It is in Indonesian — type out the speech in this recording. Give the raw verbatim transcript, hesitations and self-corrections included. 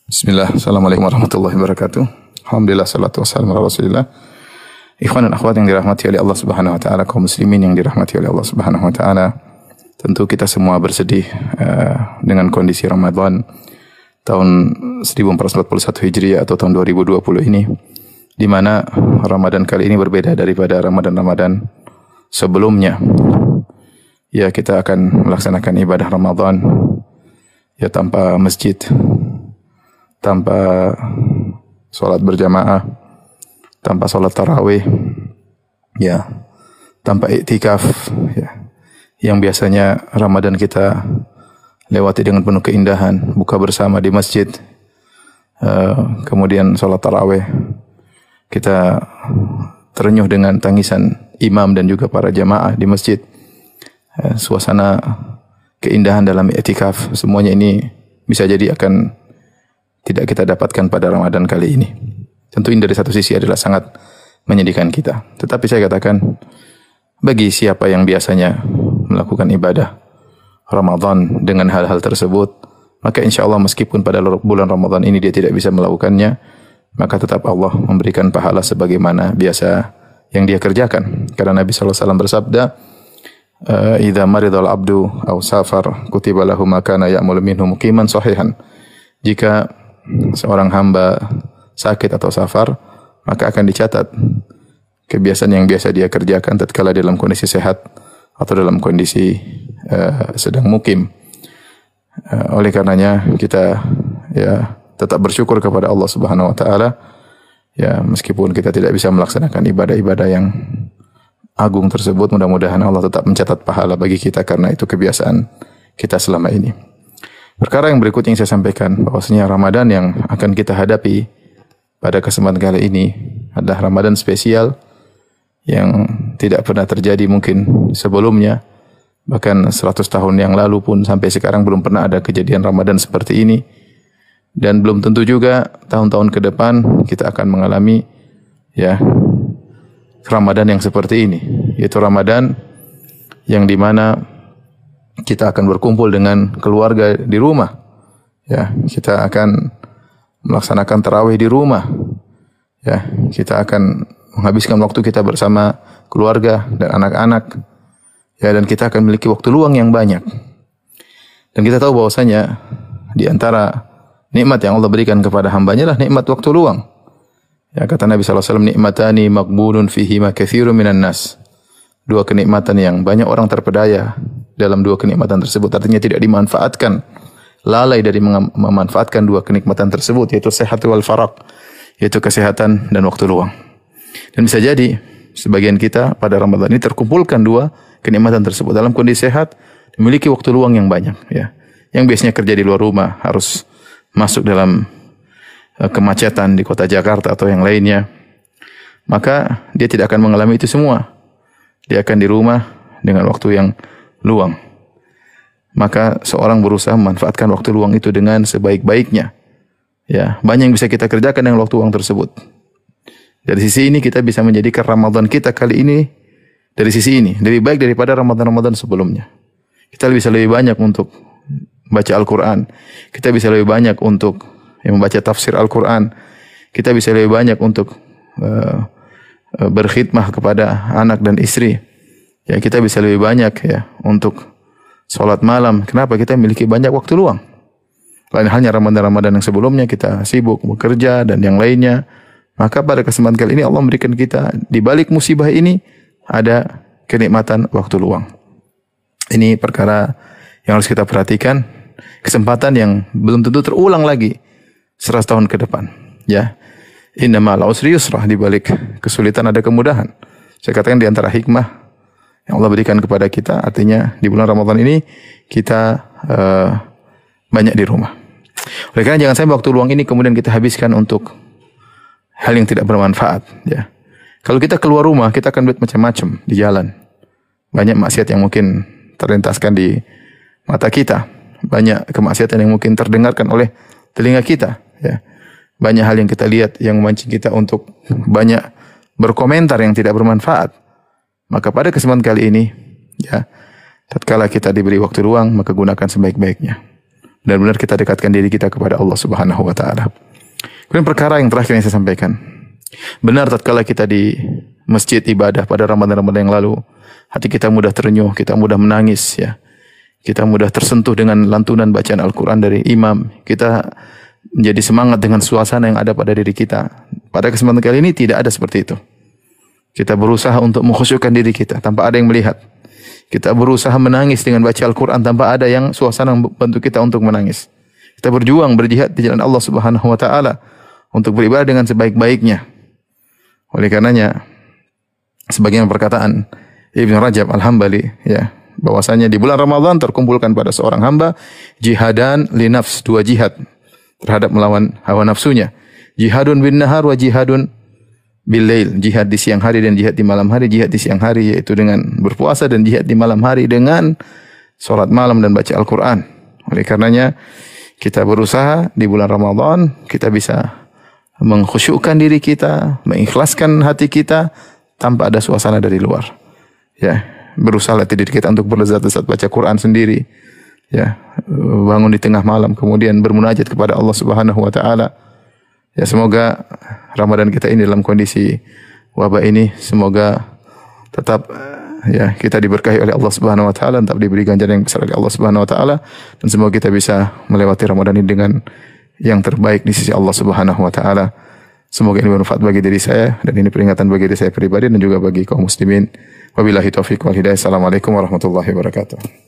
Bismillah, Assalamualaikum warahmatullahi wabarakatuh. Alhamdulillah, salatu wassalamu ala rasulillah. Ikhwan dan akhwat yang dirahmati oleh Allah subhanahu wa ta'ala, kaum muslimin yang dirahmati oleh Allah subhanahu wa ta'ala. Tentu kita semua bersedih uh, dengan kondisi Ramadan tahun seribu empat ratus empat puluh satu Hijriah atau tahun dua ribu dua puluh ini, di mana Ramadan kali ini berbeda daripada Ramadan-Ramadan sebelumnya. Ya, kita akan melaksanakan ibadah Ramadan ya tanpa masjid, tanpa sholat berjamaah, tanpa sholat tarawih, ya, tanpa iktikaf, ya, yang biasanya Ramadan kita lewati dengan penuh keindahan, buka bersama di masjid, uh, kemudian sholat tarawih, kita terenyuh dengan tangisan imam dan juga para jamaah di masjid, uh, suasana keindahan dalam iktikaf, semuanya ini bisa jadi akan tidak kita dapatkan pada Ramadan kali ini. Tentu ini dari satu sisi adalah sangat menyedihkan kita. Tetapi saya katakan, bagi siapa yang biasanya melakukan ibadah Ramadan dengan hal-hal tersebut, maka insya Allah meskipun pada bulan Ramadan ini dia tidak bisa melakukannya, maka tetap Allah memberikan pahala sebagaimana biasa yang dia kerjakan. Karena Nabi sallallahu alaihi wasallam bersabda, "Idza maridal abdu aw safar kutiba lahu ma kana ya'malu minhu muqiman sahihan." Jika seorang hamba sakit atau safar, maka akan dicatat kebiasaan yang biasa dia kerjakan tatkala dalam kondisi sehat atau dalam kondisi uh, sedang mukim. Uh, oleh karenanya kita ya tetap bersyukur kepada Allah Subhanahu wa taala, ya meskipun kita tidak bisa melaksanakan ibadah-ibadah yang agung tersebut, mudah-mudahan Allah tetap mencatat pahala bagi kita karena itu kebiasaan kita selama ini. Perkara yang berikutnya yang saya sampaikan, bahwasanya Ramadan yang akan kita hadapi pada kesempatan kali ini adalah Ramadan spesial yang tidak pernah terjadi mungkin sebelumnya. Bahkan seratus tahun yang lalu pun sampai sekarang belum pernah ada kejadian Ramadan seperti ini. Dan belum tentu juga tahun-tahun ke depan kita akan mengalami ya Ramadan yang seperti ini, yaitu Ramadan yang dimana kita akan berkumpul dengan keluarga di rumah, ya, kita akan melaksanakan tarawih di rumah, ya, kita akan menghabiskan waktu kita bersama keluarga dan anak-anak, ya, dan kita akan memiliki waktu luang yang banyak. Dan kita tahu bahwasanya di antara nikmat yang Allah berikan kepada hambanya adalah nikmat waktu luang. Ya, kata Nabi sallallahu alaihi wasallam, nikmatani maqbulun fihima katsirun minan nas. Dua kenikmatan yang banyak orang terpedaya dalam dua kenikmatan tersebut, artinya tidak dimanfaatkan, lalai dari memanfaatkan dua kenikmatan tersebut, yaitu sehat wal faraq, yaitu kesehatan dan waktu luang. Dan bisa jadi sebagian kita pada Ramadan ini terkumpulkan dua kenikmatan tersebut dalam kondisi sehat, memiliki waktu luang yang banyak, ya. Yang biasanya kerja di luar rumah harus masuk dalam uh, kemacetan di kota Jakarta atau yang lainnya, maka dia tidak akan mengalami itu semua. Dia akan di rumah dengan waktu yang luang. Maka seorang berusaha memanfaatkan waktu luang itu dengan sebaik-baiknya. Ya, banyak yang bisa kita kerjakan dengan waktu luang tersebut. Dari sisi ini kita bisa menjadikan Ramadan kita kali ini dari sisi ini lebih baik daripada Ramadan-Ramadan sebelumnya. Kita bisa lebih banyak untuk baca Al-Quran. Kita bisa lebih banyak untuk ya, membaca tafsir Al-Quran. Kita bisa lebih banyak untuk uh, berkhidmah kepada anak dan istri. Ya, kita bisa lebih banyak ya untuk sholat malam. Kenapa? Kita memiliki banyak waktu luang. Lain halnya Ramadan-Ramadan yang sebelumnya kita sibuk bekerja dan yang lainnya. Maka pada kesempatan kali ini Allah memberikan kita di balik musibah ini ada kenikmatan waktu luang. Ini perkara yang harus kita perhatikan. Kesempatan yang belum tentu terulang lagi seratus tahun ke depan. Ya. Inna ma'al usri yusrah, di balik kesulitan ada kemudahan. Saya katakan di antara hikmah yang Allah berikan kepada kita, artinya di bulan Ramadan ini kita uh, banyak di rumah. Oleh karena jangan sampai waktu luang ini kemudian kita habiskan untuk hal yang tidak bermanfaat. Ya. Kalau kita keluar rumah, kita akan lihat macam-macam di jalan. Banyak maksiat yang mungkin terlintaskan di mata kita. Banyak kemaksiatan yang mungkin terdengarkan oleh telinga kita. Ya. Banyak hal yang kita lihat yang memancing kita untuk banyak berkomentar yang tidak bermanfaat. Maka pada kesempatan kali ini, ya, tatkala kita diberi waktu luang, maka gunakan sebaik-baiknya. benar-benar kita dekatkan diri kita kepada Allah Subhanahu wa taala. Kemudian perkara yang terakhir yang saya sampaikan. Benar tatkala kita di masjid ibadah pada Ramadan-Ramadan yang lalu, hati kita mudah terenyuh, kita mudah menangis ya. Kita mudah tersentuh dengan lantunan bacaan Al-Quran dari imam. Kita menjadi semangat dengan suasana yang ada pada diri kita. Pada kesempatan kali ini tidak ada seperti itu. Kita berusaha untuk mengkhusyukkan diri kita tanpa ada yang melihat. Kita berusaha menangis dengan baca Al-Quran tanpa ada yang suasana membantu kita untuk menangis. Kita berjuang berjihad di jalan Allah Subhanahu wa taala untuk beribadah dengan sebaik-baiknya. Oleh karenanya sebagian perkataan Ibnu Rajab Al-Hambali ya, bahwasanya di bulan Ramadan terkumpulkan pada seorang hamba jihadan li nafs, dua jihad terhadap melawan hawa nafsunya. Jihadun bin nahar wa jihadun bil lail, jihad di siang hari dan jihad di malam hari. Jihad di siang hari yaitu dengan berpuasa, dan jihad di malam hari dengan salat malam dan baca Al-Qur'an. Oleh karenanya kita berusaha di bulan Ramadan kita bisa mengkhusyukkan diri kita, mengikhlaskan hati kita tanpa ada suasana dari luar. Ya, berusaha latih diri kita untuk berlezat-lezat baca Quran sendiri. Ya, bangun di tengah malam kemudian bermunajat kepada Allah Subhanahu wa taala. Ya, semoga Ramadan kita ini dalam kondisi wabah ini semoga tetap ya kita diberkahi oleh Allah Subhanahu wa taala, tetap diberi ganjaran yang besar oleh Allah Subhanahu wa taala, dan semoga kita bisa melewati Ramadan ini dengan yang terbaik di sisi Allah Subhanahu wa taala. Semoga ini bermanfaat bagi diri saya dan ini peringatan bagi diri saya pribadi dan juga bagi kaum muslimin. Wabillahi taufiq wal hidayah. Assalamualaikum warahmatullahi wabarakatuh.